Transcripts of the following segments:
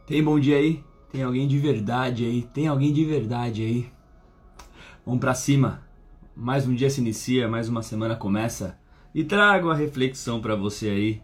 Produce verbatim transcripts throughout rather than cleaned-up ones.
Tem bom dia aí? Tem alguém de verdade aí? Tem alguém de verdade aí? Vamos pra cima. Mais um dia se inicia, mais uma semana começa. E trago a reflexão pra você aí.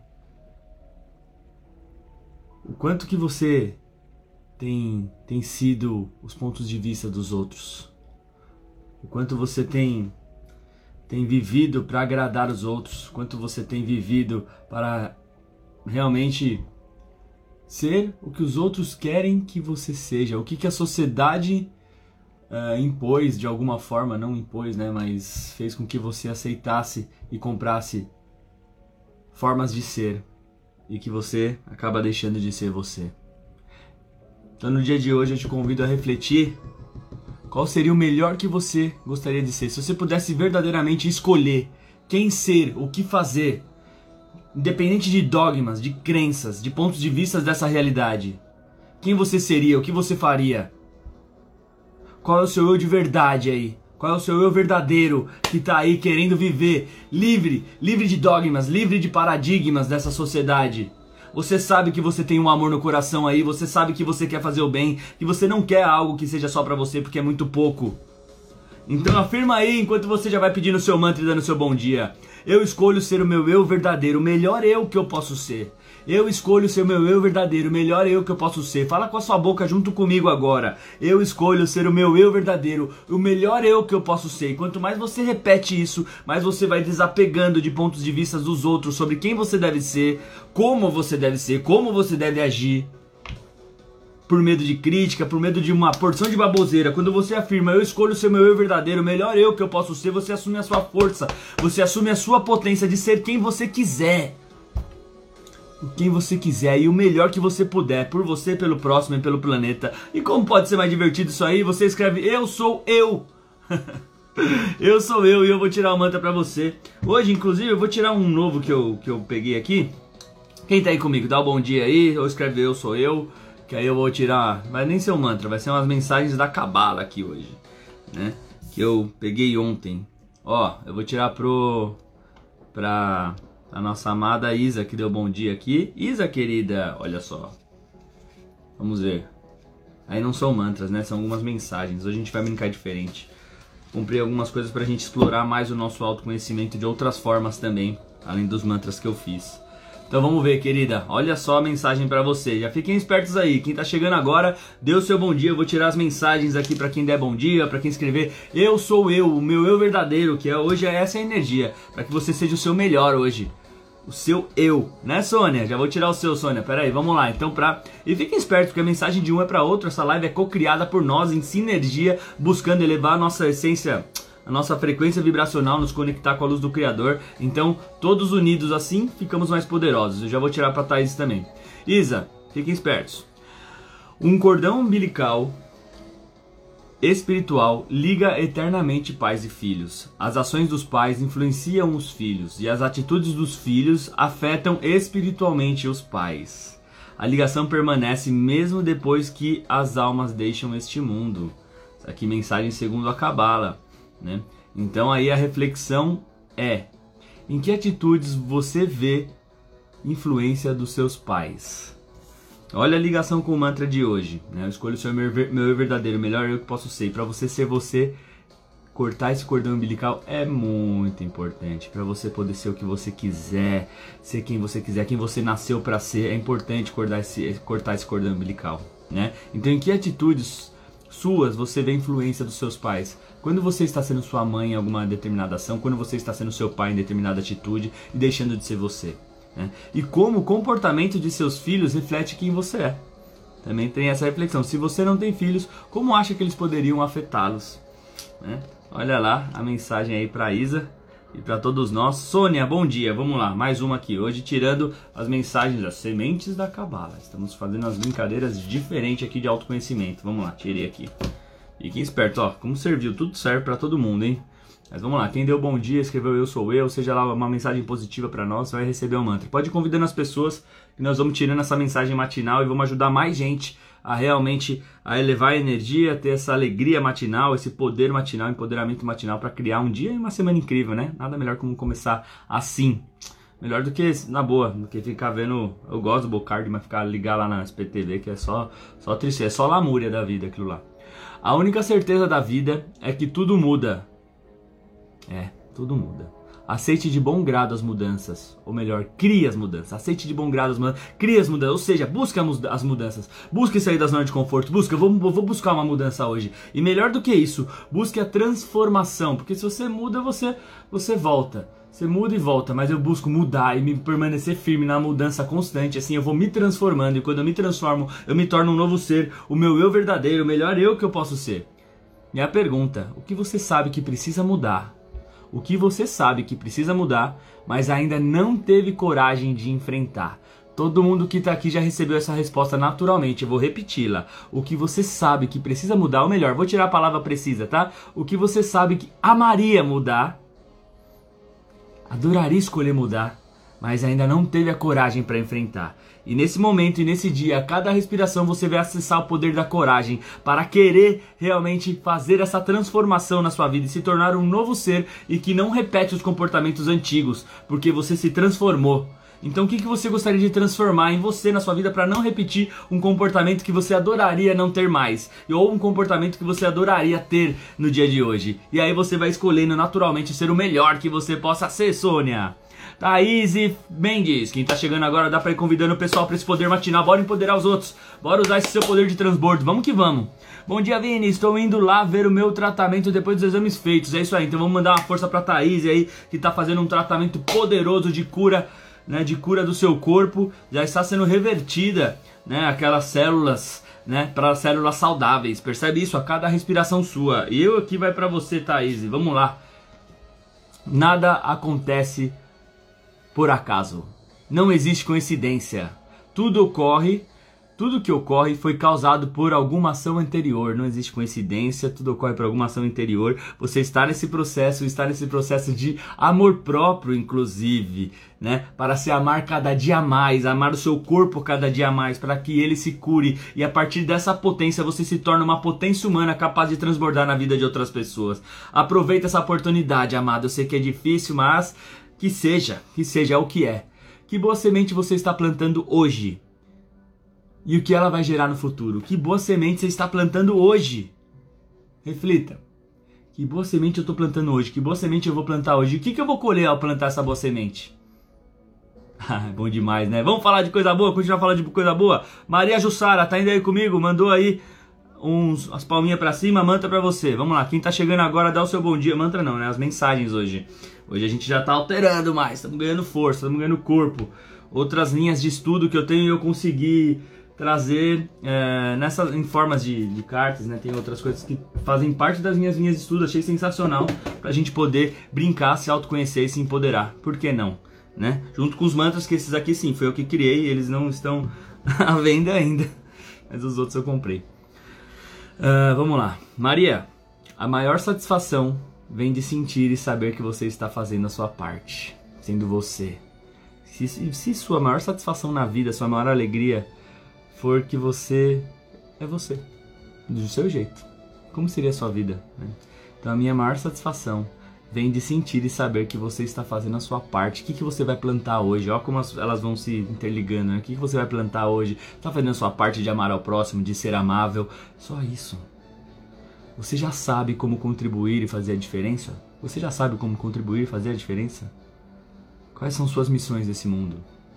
O quanto que você tem, tem sido os pontos de vista dos outros. O quanto você tem, tem vivido para agradar os outros. O quanto você tem vivido para realmente ser o que os outros querem que você seja. O que, que a sociedade uh, impôs de alguma forma. Não impôs, né? Mas fez com que você aceitasse e comprasse formas de ser. E que você acaba deixando de ser você. Então no dia de hoje eu te convido a refletir qual seria o melhor que você gostaria de ser. Se você pudesse verdadeiramente escolher quem ser, o que fazer, independente de dogmas, de crenças, de pontos de vista dessa realidade, quem você seria, o que você faria? Qual é o seu eu de verdade aí? Qual é o seu eu verdadeiro que tá aí querendo viver livre, livre de dogmas, livre de paradigmas dessa sociedade? Você sabe que você tem um amor no coração aí, você sabe que você quer fazer o bem, que você não quer algo que seja só pra você porque é muito pouco. Então afirma aí enquanto você já vai pedindo o seu mantra e dando o seu bom dia. Eu escolho ser o meu eu verdadeiro, o melhor eu que eu posso ser. Eu escolho ser o meu eu verdadeiro, o melhor eu que eu posso ser. Fala com a sua boca junto comigo agora. Eu escolho ser o meu eu verdadeiro, o melhor eu que eu posso ser. E quanto mais você repete isso, mais você vai desapegando de pontos de vista dos outros sobre quem você deve ser, como você deve ser, como você deve agir. Por medo de crítica, por medo de uma porção de baboseira. Quando você afirma, eu escolho ser meu eu verdadeiro, o melhor eu que eu posso ser, você assume a sua força, você assume a sua potência de ser quem você quiser. Quem você quiser e o melhor que você puder, por você, pelo próximo e pelo planeta. E como pode ser mais divertido isso aí? Você escreve, eu sou eu. Eu sou eu e eu vou tirar o mantra pra você. Hoje, inclusive, eu vou tirar um novo que eu, que eu peguei aqui. Quem tá aí comigo? Dá um bom dia aí, ou escreve eu sou eu. Que aí eu vou tirar, vai nem ser um mantra, vai ser umas mensagens da Cabala aqui hoje, né? Que eu peguei ontem. Ó, eu vou tirar pro pra a nossa amada Isa que deu bom dia aqui. Isa querida, olha só. Vamos ver. Aí não são mantras, né? São algumas mensagens. Hoje a gente vai brincar diferente. Comprei algumas coisas pra gente explorar mais o nosso autoconhecimento de outras formas também, além dos mantras que eu fiz. Então vamos ver, querida, olha só a mensagem pra você. Já fiquem espertos aí, quem tá chegando agora, dê o seu bom dia. Eu vou tirar as mensagens aqui pra quem der bom dia, pra quem escrever eu sou eu, o meu eu verdadeiro, que é hoje é essa energia, pra que você seja o seu melhor hoje. O seu eu, né, Sônia? Já vou tirar o seu, Sônia, pera aí, vamos lá. Então pra... E fiquem espertos, porque a mensagem de um é pra outro. Essa live é co-criada por nós em sinergia, buscando elevar a nossa essência, a nossa frequência vibracional, nos conectar com a luz do Criador. Então, todos unidos assim, ficamos mais poderosos. Eu já vou tirar pra Thaís também. Isa, fiquem espertos. Um cordão umbilical espiritual liga eternamente pais e filhos. As ações dos pais influenciam os filhos e as atitudes dos filhos afetam espiritualmente os pais. A ligação permanece mesmo depois que as almas deixam este mundo. Isso aqui mensagem segundo a Cabala, né? Então aí a reflexão é: em que atitudes você vê influência dos seus pais? Olha a ligação com o mantra de hoje, né? Eu escolho ser o meu, meu eu verdadeiro, o melhor eu que posso ser. E para você ser você, cortar esse cordão umbilical é muito importante. Para você poder ser o que você quiser, ser quem você quiser, quem você nasceu para ser, é importante cortar esse, cortar esse cordão umbilical, né? Então em que atitudes suas você vê a influência dos seus pais? Quando você está sendo sua mãe em alguma determinada ação, quando você está sendo seu pai em determinada atitude e deixando de ser você, né? E como o comportamento de seus filhos reflete quem você é. Também tem essa reflexão. Se você não tem filhos, como acha que eles poderiam afetá-los, né? Olha lá a mensagem aí para Isa e para todos nós. Sônia, bom dia. Vamos lá, mais uma aqui. Hoje tirando as mensagens das sementes da Cabala. Estamos fazendo umas brincadeiras diferentes aqui de autoconhecimento. Vamos lá, tirei aqui. Fiquem espertos, ó. Como serviu, tudo serve para todo mundo, hein? Mas vamos lá, quem deu bom dia, escreveu eu sou eu, seja lá uma mensagem positiva para nós, vai receber o mantra. Pode ir convidando as pessoas, que nós vamos tirando essa mensagem matinal e vamos ajudar mais gente a realmente a elevar a energia, ter essa alegria matinal, esse poder matinal, empoderamento matinal para criar um dia e uma semana incrível, né? Nada melhor como começar assim. Melhor do que, na boa, do que ficar vendo... Eu gosto do Bocardi, mas ficar ligar lá na S P T V, que é só, só tristeza, é só lamúria da vida aquilo lá. A única certeza da vida é que tudo muda. É, tudo muda. Aceite de bom grado as mudanças, ou melhor, crie as mudanças. Aceite de bom grado as mudanças, crie as mudanças, ou seja, busque as mudanças. Busque sair da zona de conforto, busque, eu vou, vou buscar uma mudança hoje. E melhor do que isso, busque a transformação, porque se você muda, você, você volta. Você muda e volta, mas eu busco mudar e me permanecer firme na mudança constante, assim eu vou me transformando, e quando eu me transformo, eu me torno um novo ser, o meu eu verdadeiro, o melhor eu que eu posso ser. Minha pergunta, o que você sabe que precisa mudar? O que você sabe que precisa mudar, mas ainda não teve coragem de enfrentar? Todo mundo que está aqui já recebeu essa resposta naturalmente, eu vou repeti-la. O que você sabe que precisa mudar, ou melhor, vou tirar a palavra precisa, tá? O que você sabe que amaria mudar, adoraria escolher mudar, mas ainda não teve a coragem para enfrentar. E nesse momento e nesse dia, a cada respiração você vai acessar o poder da coragem para querer realmente fazer essa transformação na sua vida e se tornar um novo ser e que não repete os comportamentos antigos, porque você se transformou. Então o que, que você gostaria de transformar em você, na sua vida, para não repetir um comportamento que você adoraria não ter mais? Ou um comportamento que você adoraria ter no dia de hoje? E aí você vai escolhendo naturalmente ser o melhor que você possa ser, Sônia. Thaís Mendes, quem tá chegando agora, dá pra ir convidando o pessoal pra esse poder matinal. Bora empoderar os outros, bora usar esse seu poder de transbordo, vamos que vamos. Bom dia, Vini, estou indo lá ver o meu tratamento depois dos exames feitos. É isso aí, então vamos mandar uma força pra Thaís aí, que tá fazendo um tratamento poderoso de cura, né, de cura do seu corpo. Já está sendo revertida, né, aquelas células, né, para células saudáveis. Percebe isso a cada respiração sua. E eu aqui vai pra você, Thaís, vamos lá. Nada acontece por acaso. Não existe coincidência. Tudo ocorre, tudo que ocorre foi causado por alguma ação anterior. Não existe coincidência, tudo ocorre por alguma ação anterior. Você está nesse processo, está nesse processo de amor próprio, inclusive, né? Para se amar cada dia mais, amar o seu corpo cada dia mais, para que ele se cure. E a partir dessa potência você se torna uma potência humana capaz de transbordar na vida de outras pessoas. Aproveita essa oportunidade, amado. Eu sei que é difícil, mas que seja, que seja o que é. Que boa semente você está plantando hoje? E o que ela vai gerar no futuro? Que boa semente você está plantando hoje? Reflita. Que boa semente eu estou plantando hoje? Que boa semente eu vou plantar hoje? O que, que eu vou colher ao plantar essa boa semente? Ah, bom demais, né? Vamos falar de coisa boa? Continuar falando de coisa boa? Maria Jussara, tá indo aí comigo? Mandou aí uns, as palminhas pra cima, mantra pra você. Vamos lá, quem tá chegando agora, dá o seu bom dia. Mantra não, né? As mensagens hoje. Hoje a gente já tá alterando mais, estamos ganhando força, estamos ganhando corpo. Outras linhas de estudo que eu tenho eu consegui trazer é, nessa, em formas de, de cartas, né? Tem outras coisas que fazem parte das minhas linhas de estudo, achei sensacional pra gente poder brincar, se autoconhecer e se empoderar. Por que não? Né? Junto com os mantras, que esses aqui sim, foi eu que criei, eles não estão à venda ainda, mas os outros eu comprei. Uh, vamos lá. Maria, a maior satisfação vem de sentir e saber que você está fazendo a sua parte, sendo você. Se, se sua maior satisfação na vida, sua maior alegria for que você é você, do seu jeito, como seria a sua vida? Né? Então a minha maior satisfação vem de sentir e saber que você está fazendo a sua parte. O que, que você vai plantar hoje? Olha como as, elas vão se interligando, né? O que, que você vai plantar hoje? Está fazendo a sua parte de amar ao próximo, de ser amável? Só isso. Você já sabe como contribuir e fazer a diferença? Você já sabe como contribuir e fazer a diferença? Quais são suas missões nesse mundo?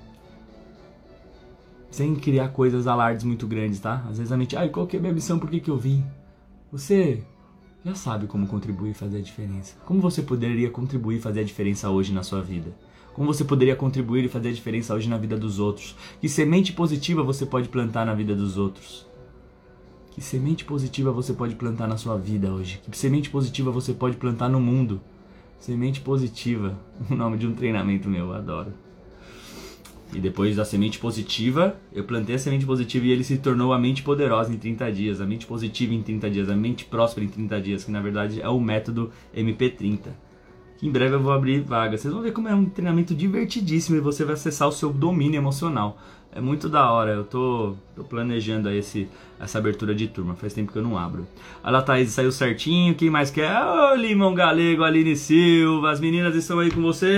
Sem criar coisas alardes muito grandes, tá? Às vezes a mente, ai, qual que é a minha missão? Por que que eu vim? Você já sabe como contribuir e fazer a diferença. Como você poderia contribuir e fazer a diferença hoje na sua vida? Como você poderia contribuir e fazer a diferença hoje na vida dos outros? Que semente positiva você pode plantar na vida dos outros? Que semente positiva você pode plantar na sua vida hoje? Que semente positiva você pode plantar no mundo? Semente positiva, o nome de um treinamento meu, eu adoro. E depois da semente positiva, eu plantei a semente positiva e ele se tornou a mente poderosa em trinta dias, a mente positiva em trinta dias, a mente próspera em trinta dias, que na verdade é o método M P trinta. Que em breve eu vou abrir vaga. Vocês vão ver como é um treinamento divertidíssimo e você vai acessar o seu domínio emocional. É muito da hora, eu tô, tô planejando aí esse, essa abertura de turma, faz tempo que eu não abro. A La Thaís saiu certinho, quem mais quer? Ô, Limão Galego, Aline Silva, as meninas estão aí com você?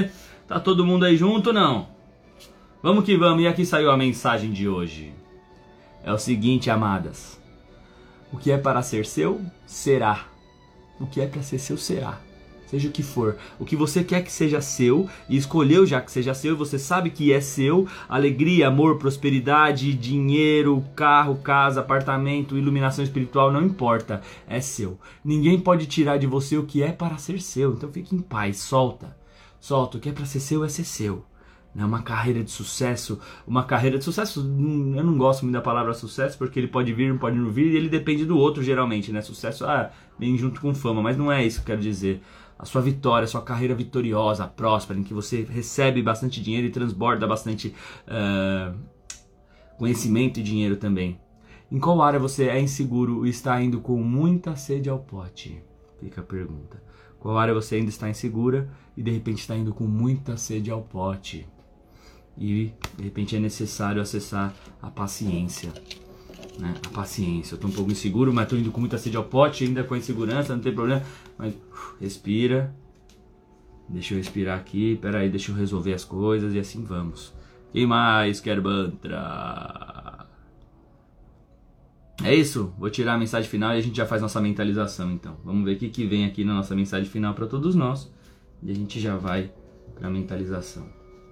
Tá todo mundo aí junto ou não? Vamos que vamos, e aqui saiu a mensagem de hoje. É o seguinte, amadas. O que é para ser seu, será. O que é para ser seu, será. Seja o que for. O que você quer que seja seu, e escolheu já que seja seu, e você sabe que é seu, alegria, amor, prosperidade, dinheiro, carro, casa, apartamento, iluminação espiritual, não importa. É seu. Ninguém pode tirar de você o que é para ser seu. Então fique em paz, solta. Solta. O que é para ser seu, é ser seu. Uma carreira de sucesso, uma carreira de sucesso, eu não gosto muito da palavra sucesso, porque ele pode vir, não pode não vir, e ele depende do outro geralmente, né? Sucesso, ah, vem junto com fama, mas não é isso que eu quero dizer. A sua vitória, a sua carreira vitoriosa, próspera, em que você recebe bastante dinheiro e transborda bastante uh, conhecimento e dinheiro também. Em qual área você é inseguro e está indo com muita sede ao pote? Fica a pergunta. Qual área você ainda está insegura e de repente está indo com muita sede ao pote? E de repente é necessário acessar a paciência, né? A paciência. Eu estou um pouco inseguro, mas estou indo com muita sede ao pote, ainda com a insegurança, não tem problema. Mas uh, respira. Deixa eu respirar aqui. Pera aí, deixa eu resolver as coisas e assim vamos. Quem mais quer mantra? É isso. Vou tirar a mensagem final e a gente já faz nossa mentalização então. Vamos ver o que, que vem aqui na nossa mensagem final para todos nós. E a gente já vai para a mentalização.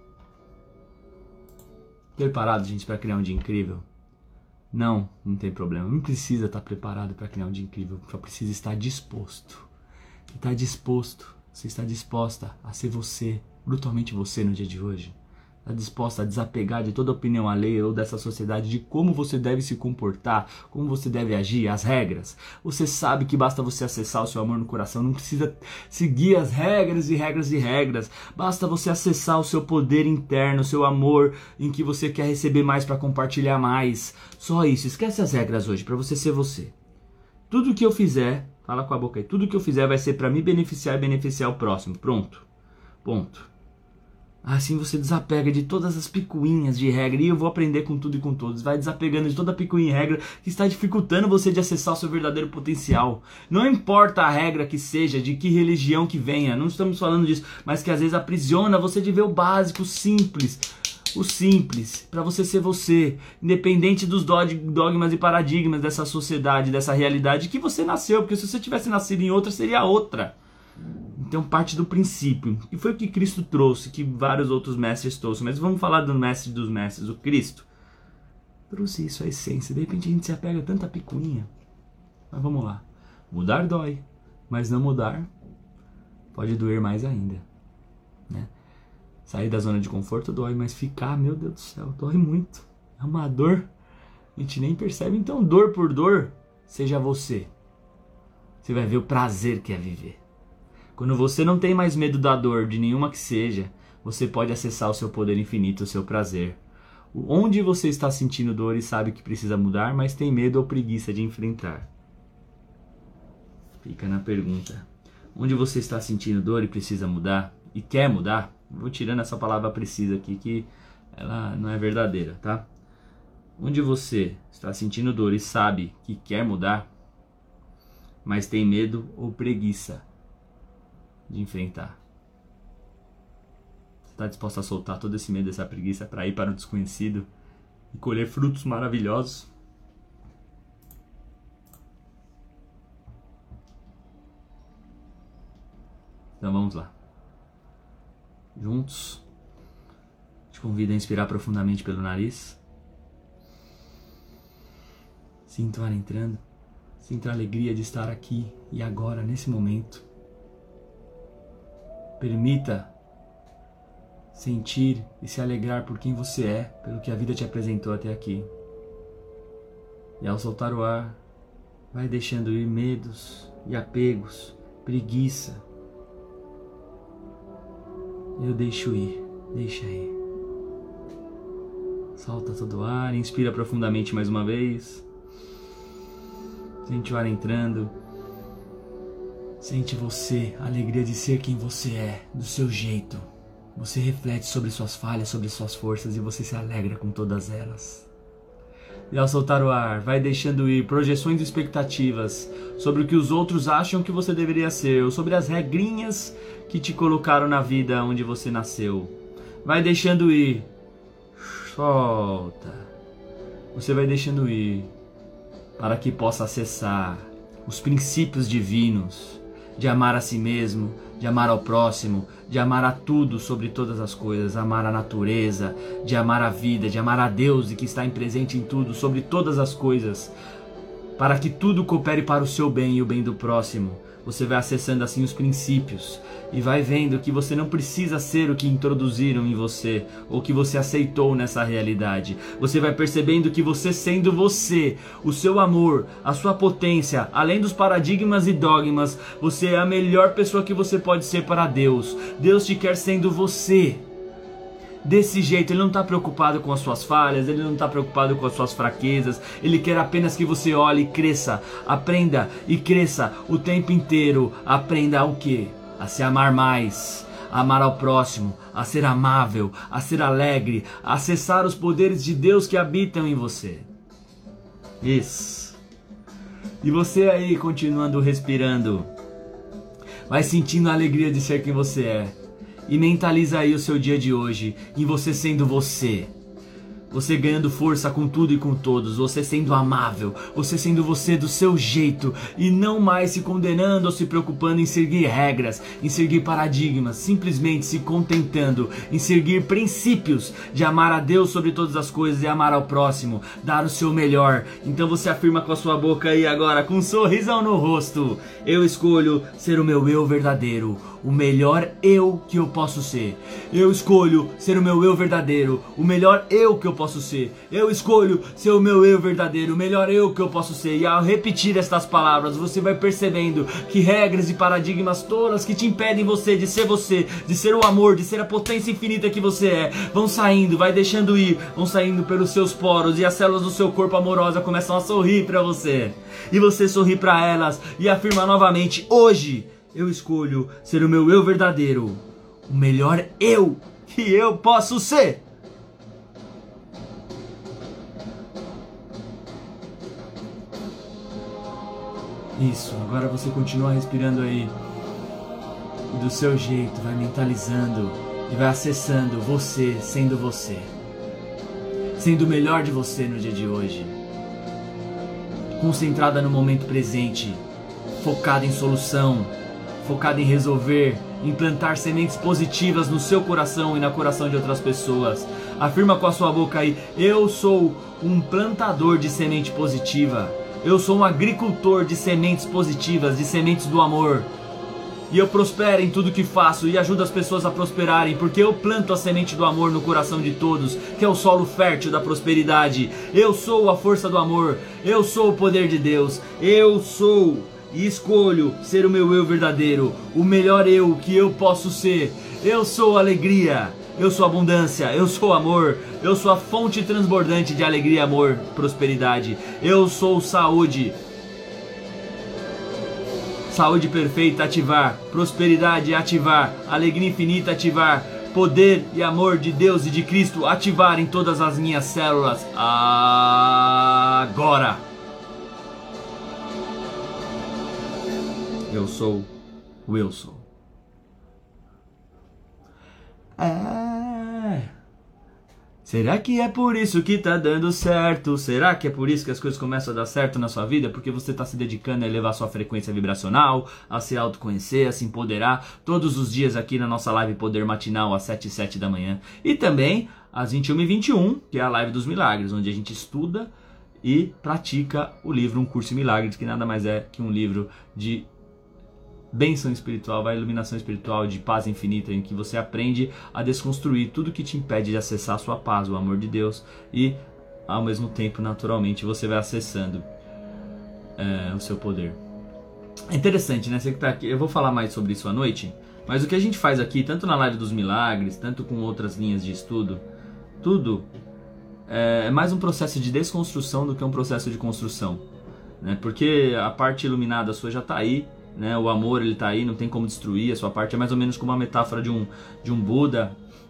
Preparado, gente, para criar um dia incrível? Não, não tem problema. Não precisa estar preparado para criar um dia incrível. Só precisa estar disposto. Está disposto. Você está disposta a ser você, brutalmente você no dia de hoje? Está disposta a desapegar de toda opinião alheia ou dessa sociedade de como você deve se comportar, como você deve agir, as regras? Você sabe que basta você acessar o seu amor no coração, não precisa seguir as regras e regras e regras. Basta você acessar o seu poder interno, o seu amor, em que você quer receber mais para compartilhar mais. Só isso, esquece as regras hoje, para você ser você. Tudo que eu fizer, fala com a boca aí, tudo que eu fizer vai ser para me beneficiar e beneficiar o próximo. Pronto. Ponto. Assim você desapega de todas as picuinhas de regra. E eu vou aprender com tudo e com todos. Vai desapegando de toda a picuinha e regra que está dificultando você de acessar o seu verdadeiro potencial. Não importa a regra que seja, de que religião que venha. Não estamos falando disso. Mas que às vezes aprisiona você de ver o básico, o simples. O simples. Para você ser você. Independente dos dogmas e paradigmas dessa sociedade, dessa realidade que você nasceu. Porque se você tivesse nascido em outra, seria outra. Então parte do princípio, que foi o que Cristo trouxe, que vários outros mestres trouxeram, mas vamos falar do mestre dos mestres, o Cristo. Trouxe isso, a essência, de repente a gente se apega a tanta picuinha. Mas vamos lá, mudar dói, mas não mudar pode doer mais ainda, né? Sair da zona de conforto dói, mas ficar, meu Deus do céu, dói muito, é uma dor, a gente nem percebe. Então dor por dor, seja você, você vai ver o prazer que é viver. Quando você não tem mais medo da dor, de nenhuma que seja, você pode acessar o seu poder infinito, o seu prazer. Onde você está sentindo dor e sabe que precisa mudar, mas tem medo ou preguiça de enfrentar? Fica na pergunta. Onde você está sentindo dor e precisa mudar, e quer mudar? Vou tirando essa palavra precisa aqui, que ela não é verdadeira, tá? Onde você está sentindo dor e sabe que quer mudar, mas tem medo ou preguiça de enfrentar. Você está disposto a soltar todo esse medo, essa preguiça para ir para o desconhecido e colher frutos maravilhosos? Então vamos lá. Juntos. Te convido a inspirar profundamente pelo nariz. Sinta o ar entrando. Sinta a alegria de estar aqui e agora, nesse momento. Permita sentir e se alegrar por quem você é, pelo que a vida te apresentou até aqui. E ao soltar o ar, vai deixando ir medos e apegos, preguiça. Eu deixo ir, deixa ir. Solta todo o ar, inspira profundamente mais uma vez. Sente o ar entrando. Sente você, a alegria de ser quem você é, do seu jeito. Você reflete sobre suas falhas, sobre suas forças e você se alegra com todas elas. E ao soltar o ar, vai deixando ir projeções e expectativas sobre o que os outros acham que você deveria ser, ou sobre as regrinhas que te colocaram na vida onde você nasceu. Vai deixando ir. Solta. Você vai deixando ir para que possa acessar os princípios divinos de amar a si mesmo, de amar ao próximo, de amar a tudo sobre todas as coisas, amar a natureza, de amar a vida, de amar a Deus e que está presente em tudo, sobre todas as coisas, para que tudo coopere para o seu bem e o bem do próximo. Você vai acessando assim os princípios e vai vendo que você não precisa ser o que introduziram em você ou que você aceitou nessa realidade. Você vai percebendo que você sendo você, o seu amor, a sua potência, além dos paradigmas e dogmas, você é a melhor pessoa que você pode ser para Deus. Deus te quer sendo você. Desse jeito, Ele não está preocupado com as suas falhas, Ele não está preocupado com as suas fraquezas, Ele quer apenas que você olhe e cresça, aprenda e cresça o tempo inteiro. Aprenda o quê? A se amar mais, a amar ao próximo, a ser amável, a ser alegre, a acessar os poderes de Deus que habitam em você. Isso. E você aí, continuando respirando, vai sentindo a alegria de ser quem você é. E mentaliza aí o seu dia de hoje, em você sendo você. Você ganhando força com tudo e com todos, você sendo amável, você sendo você do seu jeito e não mais se condenando ou se preocupando em seguir regras, em seguir paradigmas, simplesmente se contentando em seguir princípios de amar a Deus sobre todas as coisas e amar ao próximo, dar o seu melhor. Então você afirma com a sua boca aí agora, com um sorrisão no rosto: eu escolho ser o meu eu verdadeiro, o melhor eu que eu posso ser. Eu escolho ser o meu eu verdadeiro, o melhor eu que eu posso ser. Eu escolho ser o meu eu verdadeiro, o melhor eu que eu posso ser. E ao repetir estas palavras, você vai percebendo que regras e paradigmas tolas que te impedem você de ser você, de ser o amor, de ser a potência infinita que você é, vão saindo, vai deixando ir, vão saindo pelos seus poros e as células do seu corpo amorosa começam a sorrir para você. E você sorri para elas e afirma novamente: hoje eu escolho ser o meu eu verdadeiro, o melhor eu que eu posso ser. Isso, agora você continua respirando aí do seu jeito, vai mentalizando e vai acessando você, sendo você, sendo o melhor de você no dia de hoje, concentrada no momento presente, focada em solução, focada em resolver, em plantar sementes positivas no seu coração e no coração de outras pessoas. Afirma com a sua boca aí: eu sou um plantador de semente positiva. Eu sou um agricultor de sementes positivas, de sementes do amor. E eu prospero em tudo que faço e ajudo as pessoas a prosperarem, porque eu planto a semente do amor no coração de todos, que é o solo fértil da prosperidade. Eu sou a força do amor. Eu sou o poder de Deus. Eu sou e escolho ser o meu eu verdadeiro, o melhor eu que eu posso ser. Eu sou alegria. Eu sou abundância, eu sou amor, eu sou a fonte transbordante de alegria, amor, prosperidade. Eu sou saúde. Saúde perfeita, ativar. Prosperidade, ativar. Alegria infinita, ativar. Poder e amor de Deus e de Cristo, ativar em todas as minhas células. Agora. Eu sou o eu sou. É. Será que é por isso que tá dando certo? Será que é por isso que as coisas começam a dar certo na sua vida? Porque você tá se dedicando a elevar sua frequência vibracional, a se autoconhecer, a se empoderar, todos os dias aqui na nossa live Poder Matinal às sete e sete da manhã. E também às vinte e uma e vinte e um, que é a live dos milagres, onde a gente estuda e pratica o livro Um Curso em Milagres, que nada mais é que um livro de bênção espiritual, a iluminação espiritual, de paz infinita, em que você aprende a desconstruir tudo que te impede de acessar a sua paz, o amor de Deus, e ao mesmo tempo, naturalmente, você vai acessando é, o seu poder. É interessante, né? Você que tá aqui, eu vou falar mais sobre isso à noite, mas o que a gente faz aqui, tanto na live dos milagres, tanto com outras linhas de estudo, tudo é mais um processo de desconstrução do que um processo de construção, né? Porque a parte iluminada sua já está aí, né? O amor, ele tá aí, não tem como destruir. A sua parte é mais ou menos como uma metáfora de um, de um Buda,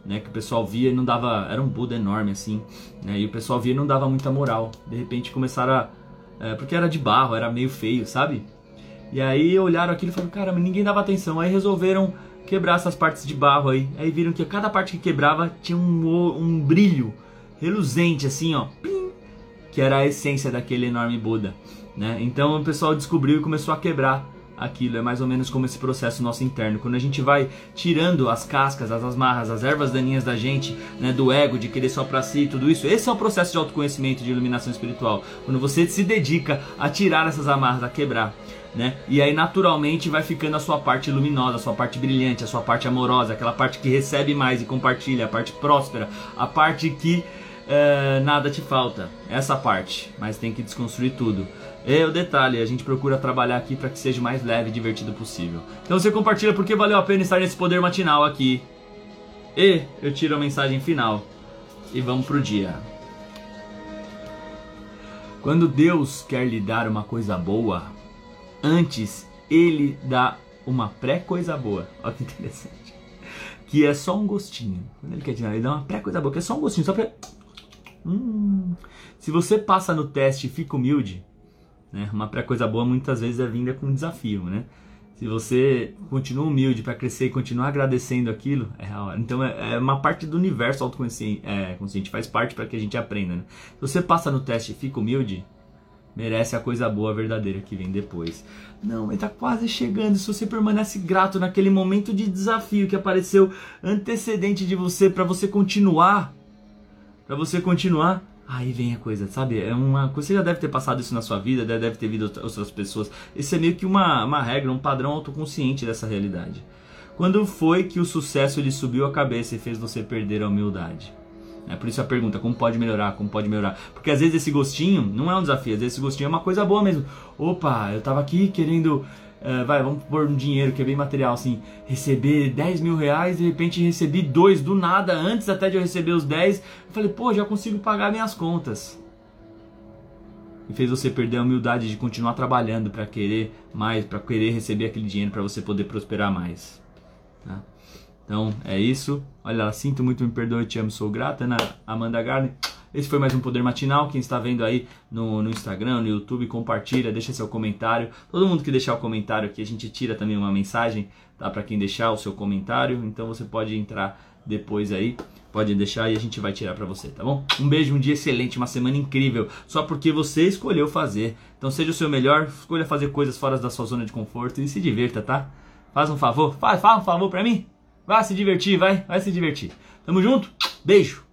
né, que o pessoal via e não dava, era um Buda enorme assim, né, e o pessoal via e não dava muita moral. De repente começaram a, é, porque era de barro, era meio feio, sabe? E aí olharam aquilo e falaram, caramba, ninguém dava atenção. Aí resolveram quebrar essas partes de barro aí. Aí viram que cada parte que quebrava tinha um, um brilho reluzente assim, ó, pim, que era a essência daquele enorme Buda, né? Então o pessoal descobriu e começou a quebrar aquilo. É mais ou menos como esse processo nosso interno. Quando a gente vai tirando as cascas, as amarras, as ervas daninhas da gente, né, do ego, de querer só pra si e tudo isso, esse é o processo de autoconhecimento, de iluminação espiritual. Quando você se dedica a tirar essas amarras, a quebrar, né? E aí naturalmente vai ficando a sua parte luminosa, a sua parte brilhante, a sua parte amorosa, aquela parte que recebe mais e compartilha, a parte próspera, a parte que é, nada te falta, essa parte, mas tem que desconstruir tudo. É o detalhe, a gente procura trabalhar aqui para que seja o mais leve e divertido possível. Então você compartilha porque valeu a pena estar nesse poder matinal aqui. E eu tiro a mensagem final e vamos pro dia. Quando Deus quer lhe dar uma coisa boa, antes ele dá uma pré-coisa boa. Olha que interessante. Que é só um gostinho. Quando ele quer te dar, ele dá uma pré-coisa boa, que é só um gostinho, só pra... Hum. Se você passa no teste e fica humilde, né? Uma pré-coisa boa muitas vezes é vinda com um desafio, né? Se você continua humilde para crescer e continuar agradecendo aquilo, é a hora. Então é, é uma parte do universo autoconsciente, é, consciente, faz parte para que a gente aprenda, né? Se você passa no teste e fica humilde, merece a coisa boa verdadeira que vem depois. Não, mas tá quase chegando. Se você permanece grato naquele momento de desafio que apareceu antecedente de você, para você continuar, para você continuar, aí vem a coisa, sabe? É uma coisa, você já deve ter passado isso na sua vida, deve ter visto outras pessoas. Isso é meio que uma, uma regra, um padrão autoconsciente dessa realidade. Quando foi que o sucesso lhe subiu a cabeça e fez você perder a humildade? É por isso a pergunta, como pode melhorar, como pode melhorar? Porque às vezes esse gostinho não é um desafio, às vezes esse gostinho é uma coisa boa mesmo. Opa, eu tava aqui querendo, uh, vai, vamos pôr um dinheiro que é bem material, assim, receber dez mil reais, de repente recebi dois do nada, antes até de eu receber os dez, eu falei, pô, já consigo pagar minhas contas. E fez você perder a humildade de continuar trabalhando para querer mais, para querer receber aquele dinheiro para você poder prosperar mais, tá? Então é isso. Olha lá, sinto muito, me perdoe, te amo, sou grata, Ana Amanda Garden. Esse foi mais um Poder Matinal. Quem está vendo aí no, no Instagram, no YouTube, compartilha, deixa seu comentário. Todo mundo que deixar o comentário aqui, a gente tira também uma mensagem, tá? Para quem deixar o seu comentário. Então você pode entrar depois aí, pode deixar e a gente vai tirar para você, tá bom? Um beijo, um dia excelente, uma semana incrível, só porque você escolheu fazer. Então seja o seu melhor, escolha fazer coisas fora da sua zona de conforto e se divirta, tá? Faz um favor, faz, faz um favor para mim. Vai se divertir, vai, vai se divertir. Tamo junto, beijo.